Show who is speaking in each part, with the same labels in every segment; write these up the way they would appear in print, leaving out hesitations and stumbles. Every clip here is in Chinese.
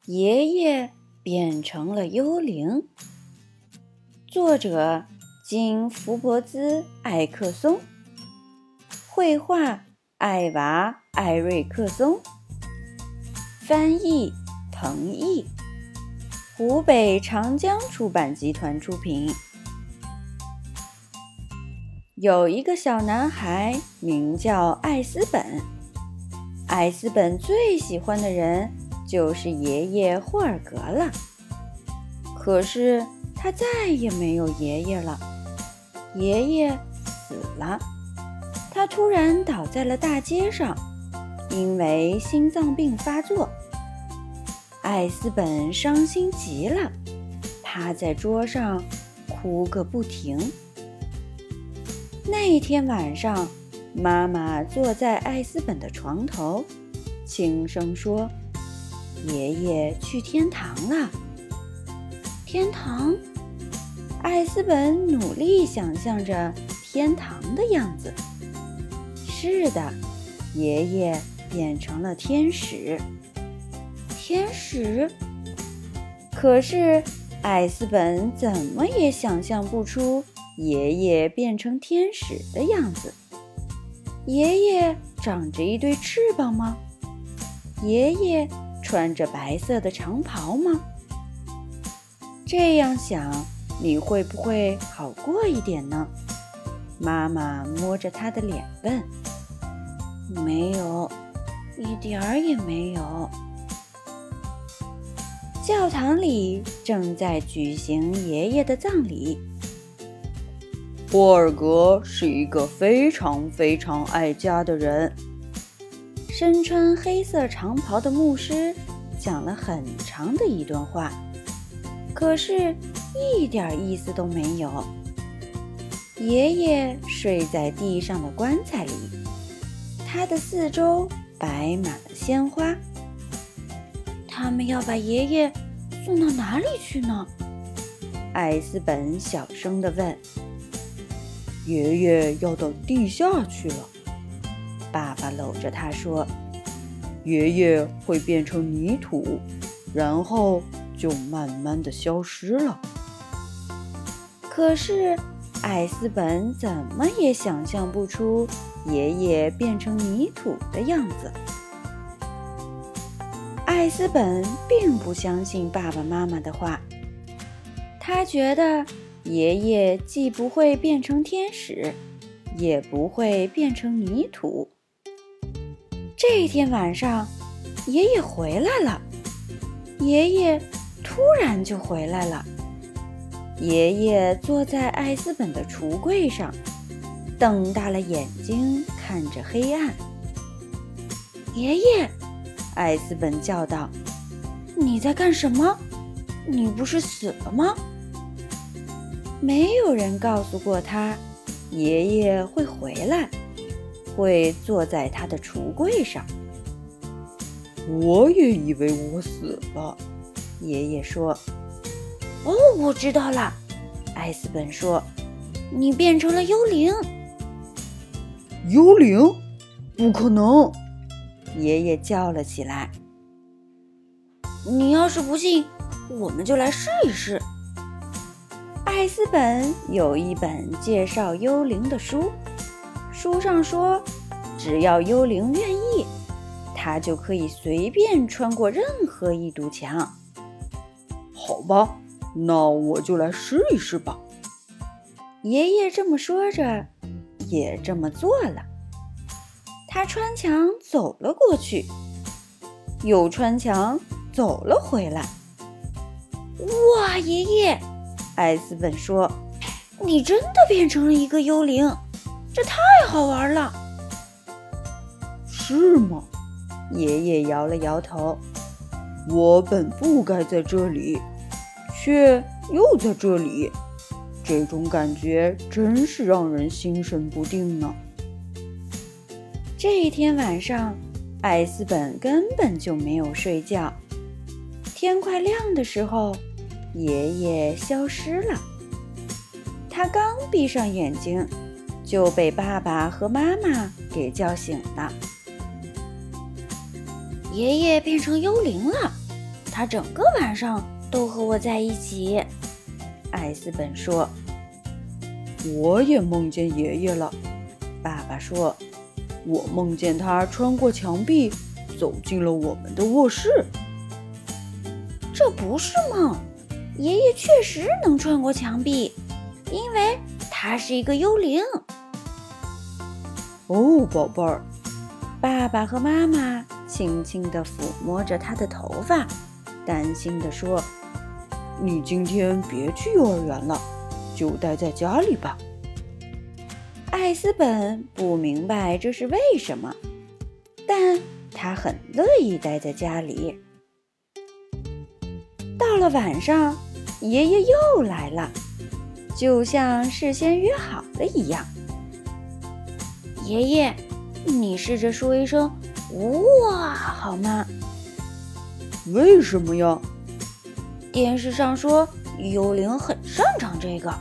Speaker 1: 爷爷变成了幽灵。作者金·福伯兹·艾克松，绘画艾娃·艾瑞克松，翻译彭毅，湖北长江出版集团出品。有一个小男孩名叫艾斯本，艾斯本最喜欢的人就是爷爷霍尔格了。可是他再也没有爷爷了，爷爷死了。他突然倒在了大街上，因为心脏病发作。艾斯本伤心极了，趴在桌上哭个不停。那天晚上，妈妈坐在艾斯本的床头，轻声说：“爷爷去天堂了。”天堂？艾斯本努力想象着天堂的样子。是的，爷爷变成了天使。天使？可是艾斯本怎么也想象不出爷爷变成天使的样子。爷爷长着一对翅膀吗？爷爷穿着白色的长袍吗？这样想，你会不会好过一点呢？妈妈摸着他的脸问。没有，一点儿也没有。教堂里正在举行爷爷的葬礼。霍尔格是一个非常非常爱家的人。身穿黑色长袍的牧师讲了很长的一段话，可是一点意思都没有。爷爷睡在地上的棺材里，他的四周摆满了鲜花。他们要把爷爷送到哪里去呢？艾斯本小声地问。爷爷要到地下去了，爸爸搂着他说。爷爷会变成泥土，然后就慢慢地消失了。可是艾斯本怎么也想象不出爷爷变成泥土的样子。艾斯本并不相信爸爸妈妈的话，他觉得爷爷既不会变成天使，也不会变成泥土。这天晚上，爷爷回来了。爷爷突然就回来了。爷爷坐在艾斯本的橱柜上，瞪大了眼睛看着黑暗。爷爷，艾斯本叫道，你在干什么？你不是死了吗？没有人告诉过他，爷爷会回来，会坐在他的橱柜上。我也以为我死了，爷爷说。哦，我知道了，艾斯本说，你变成了幽灵。幽灵？不可能！爷爷叫了起来。你要是不信，我们就来试一试。艾斯本有一本介绍幽灵的书，书上说，只要幽灵愿意，他就可以随便穿过任何一堵墙。好吧，那我就来试一试吧。爷爷这么说着，也这么做了。他穿墙走了过去，又穿墙走了回来。哇，爷爷！艾斯本说，你真的变成了一个幽灵，这太好玩了。是吗？爷爷摇了摇头。我本不该在这里，却又在这里，这种感觉真是让人心神不定呢。这一天晚上，艾斯本根本就没有睡觉。天快亮的时候，爷爷消失了。他刚闭上眼睛，就被爸爸和妈妈给叫醒了。爷爷变成幽灵了， 他整个晚上都和我在一起。艾斯本说。
Speaker 2: 我也梦见爷爷了，爸爸说，我梦见他穿过墙壁，走进了我们的卧室。
Speaker 1: 这不是梦，爷爷确实能穿过墙壁，因为他是一个幽灵。
Speaker 2: 哦，宝贝儿，
Speaker 1: 爸爸和妈妈轻轻地抚摸着他的头发，担心地说，
Speaker 2: 你今天别去幼儿园了，就待在家里吧。
Speaker 1: 艾斯本不明白这是为什么，但他很乐意待在家里。到了晚上，爷爷又来了，就像事先约好了一样。爷爷，你试着说一声“哇”好吗？
Speaker 2: 为什么呀？
Speaker 1: 电视上说幽灵很擅长这个。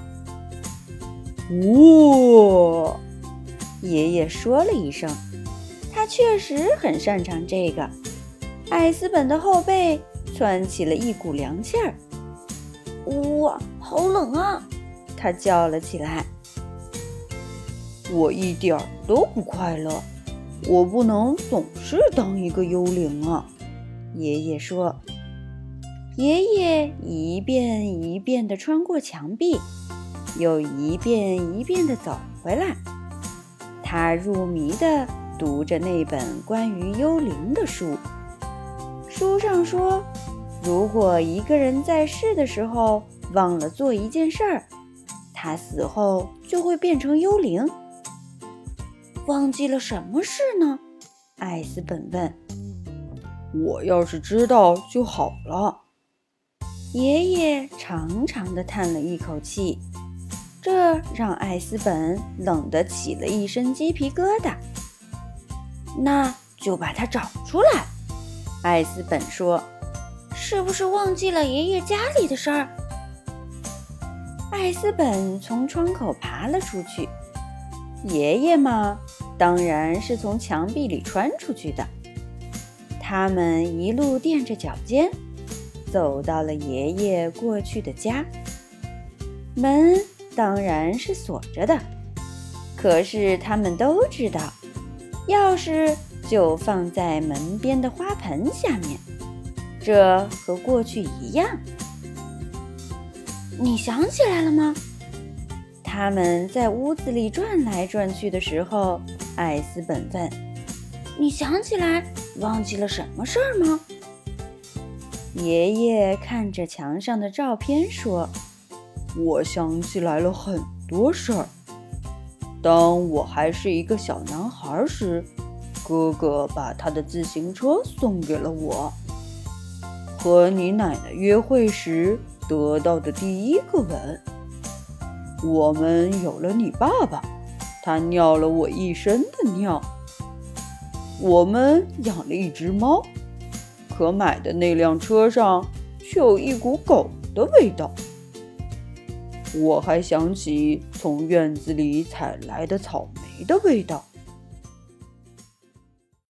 Speaker 2: 哇！
Speaker 1: 爷爷说了一声，他确实很擅长这个。艾斯本的后背窜起了一股凉气儿。哇，好冷啊！他叫了起来。
Speaker 2: 我一点儿都不快乐，我不能总是当一个幽灵啊。
Speaker 1: 爷爷说。爷爷一遍一遍地穿过墙壁，又一遍一遍地走回来。他入迷地读着那本关于幽灵的书。书上说，如果一个人在世的时候忘了做一件事儿，他死后就会变成幽灵。忘记了什么事呢？艾斯本问。
Speaker 2: 我要是知道就好了。
Speaker 1: 爷爷长长地叹了一口气，这让艾斯本冷得起了一身鸡皮疙瘩。那就把它找出来，艾斯本说。是不是忘记了爷爷家里的事儿？艾斯本从窗口爬了出去。爷爷嘛，当然是从墙壁里穿出去的。他们一路踮着脚尖，走到了爷爷过去的家。门当然是锁着的，可是他们都知道，钥匙就放在门边的花盆下面，这和过去一样。你想起来了吗？他们在屋子里转来转去的时候，艾斯本问，你想起来忘记了什么事儿吗？爷爷看着墙上的照片说，
Speaker 2: 我想起来了很多事儿。当我还是一个小男孩时，哥哥把他的自行车送给了我。和你奶奶约会时得到的第一个吻。我们有了你爸爸，他尿了我一身的尿。我们养了一只猫，可买的那辆车上却有一股狗的味道。我还想起从院子里采来的草莓的味道。